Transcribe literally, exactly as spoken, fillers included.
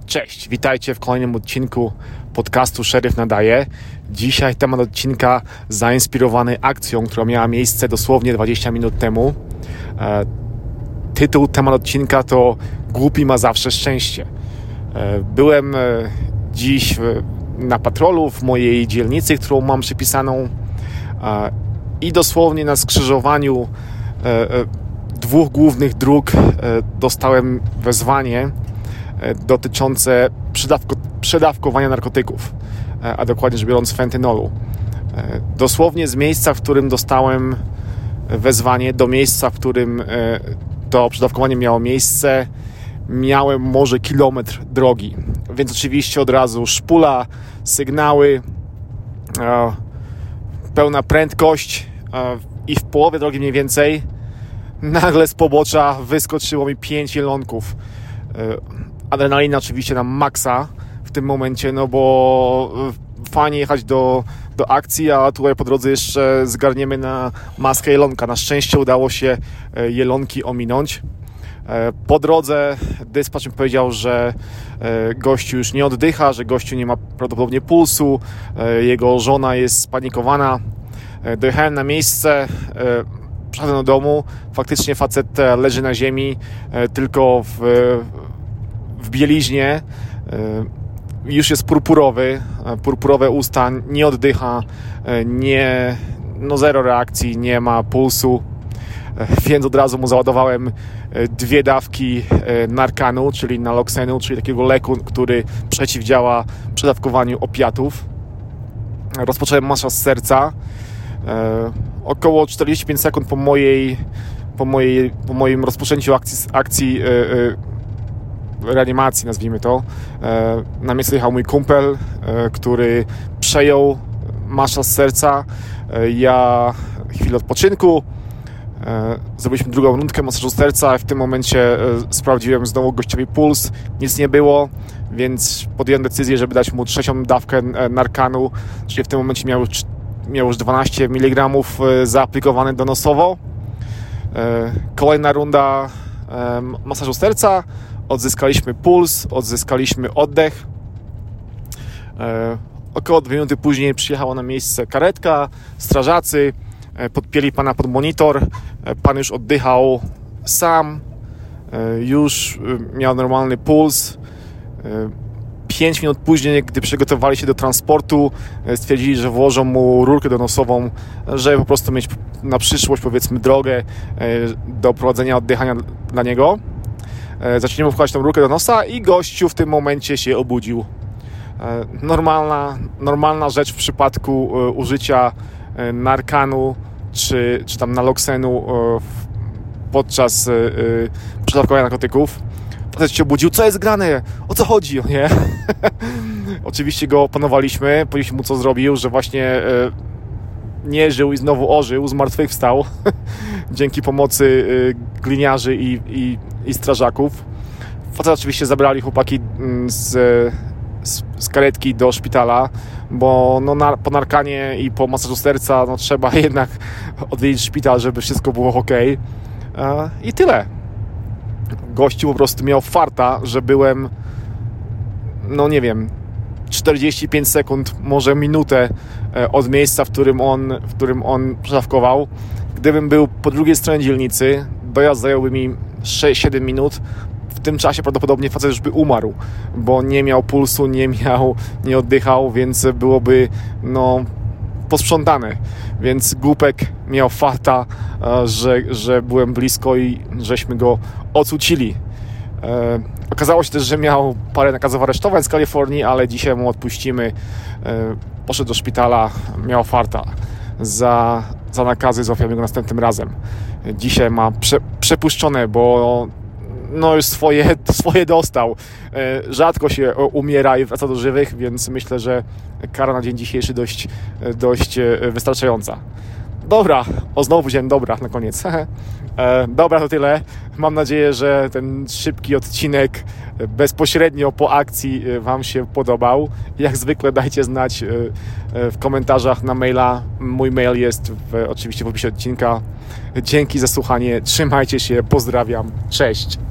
Cześć, witajcie w kolejnym odcinku podcastu Szeryf Nadaje. Dzisiaj temat odcinka zainspirowany akcją, która miała miejsce dosłownie dwadzieścia minut temu. E, tytuł, temat odcinka to Głupi ma zawsze szczęście. E, byłem e, dziś w, na patrolu w mojej dzielnicy, którą mam przypisaną e, i dosłownie na skrzyżowaniu e, e, dwóch głównych dróg e, dostałem wezwanie dotyczące przedawko- przedawkowania narkotyków, a dokładnie rzecz biorąc fentanylu. Dosłownie z miejsca, w którym dostałem wezwanie, do miejsca, w którym to przedawkowanie miało miejsce, miałem może kilometr drogi. Więc oczywiście od razu szpula, sygnały, pełna prędkość i w połowie drogi mniej więcej nagle z pobocza wyskoczyło mi pięć jelonków. Adrenalina oczywiście na maksa w tym momencie, no bo fajnie jechać do, do akcji, a tutaj po drodze jeszcze zgarniemy na maskę jelonka. Na szczęście udało się jelonki ominąć. Po drodze dyspatch mi powiedział, że gościu już nie oddycha, że gościu nie ma prawdopodobnie pulsu, jego żona jest spanikowana. Dojechałem na miejsce, przyszedłem do domu, faktycznie facet leży na ziemi, tylko w w bieliźnie, już jest purpurowy, purpurowe usta, nie oddycha, nie, no zero reakcji, nie ma pulsu, więc od razu mu załadowałem dwie dawki narkanu, czyli naloxenu, czyli takiego leku, który przeciwdziała przedawkowaniu opiatów. Rozpocząłem masaż serca. Około czterdzieści pięć sekund po mojej, po mojej, po moim rozpoczęciu akcji, akcji reanimacji, nazwijmy to, na miejsce jechał mój kumpel, który przejął masaż serca. Ja chwilę odpoczynku, zrobiliśmy drugą rundkę masażu serca i w tym momencie sprawdziłem znowu gościowi puls, nic nie było, więc podjąłem decyzję, żeby dać mu trzecią dawkę narkanu, czyli w tym momencie miał już, miał już dwanaście miligramów zaaplikowane donosowo. Kolejna runda masażu serca, odzyskaliśmy puls, odzyskaliśmy oddech. E, około dwie minuty później przyjechała na miejsce karetka, strażacy, e, podpięli pana pod monitor, e, pan już oddychał sam, e, już e, miał normalny puls. E, pięć minut później, gdy przygotowali się do transportu, e, stwierdzili, że włożą mu rurkę donosową, żeby po prostu mieć na przyszłość, powiedzmy, drogę e, do prowadzenia oddychania dla niego. Zaczniemy wkładać tą rurkę do nosa i gościu w tym momencie się obudził. Normalna, normalna rzecz w przypadku użycia narkanu czy, czy tam naloxenu podczas przedawkowania narkotyków. Facet się obudził, co jest grane? O co chodzi? Nie? Oczywiście go opanowaliśmy, powiedzieliśmy mu, co zrobił, że właśnie nie żył i znowu ożył, zmartwychwstał dzięki pomocy gliniarzy i, i, i strażaków. Facet oczywiście zabrali chłopaki z, z, z karetki do szpitala, bo no na, po narkanie i po masażu serca no, trzeba jednak odwiedzić szpital, żeby wszystko było ok. I tyle. Gościu po prostu miał farta, że byłem, no nie wiem, czterdzieści pięć sekund, może minutę od miejsca, w którym on, w którym on przedawkował. Gdybym był po drugiej stronie dzielnicy, dojazd zająłby mi sześć siedem minut. W tym czasie prawdopodobnie facet już by umarł, bo nie miał pulsu, nie miał, nie oddychał, więc byłoby no posprzątane. Więc głupek miał farta, że, że byłem blisko i żeśmy go ocucili. E, okazało się też, że miał parę nakazów aresztowań z Kalifornii, ale dzisiaj mu odpuścimy. E, poszedł do szpitala, miał farta. Za, za nakazy złapiamy go następnym razem. Dzisiaj ma prze, przepuszczone, bo no już swoje, swoje dostał. E, rzadko się umiera i wraca do żywych, więc myślę, że kara na dzień dzisiejszy dość, dość wystarczająca. Dobra, o znowu powiedziałem dobra na koniec. E, dobra, to tyle. Mam nadzieję, że ten szybki odcinek bezpośrednio po akcji Wam się podobał. Jak zwykle dajcie znać w komentarzach na maila. Mój mail jest w, oczywiście w opisie odcinka. Dzięki za słuchanie. Trzymajcie się. Pozdrawiam. Cześć.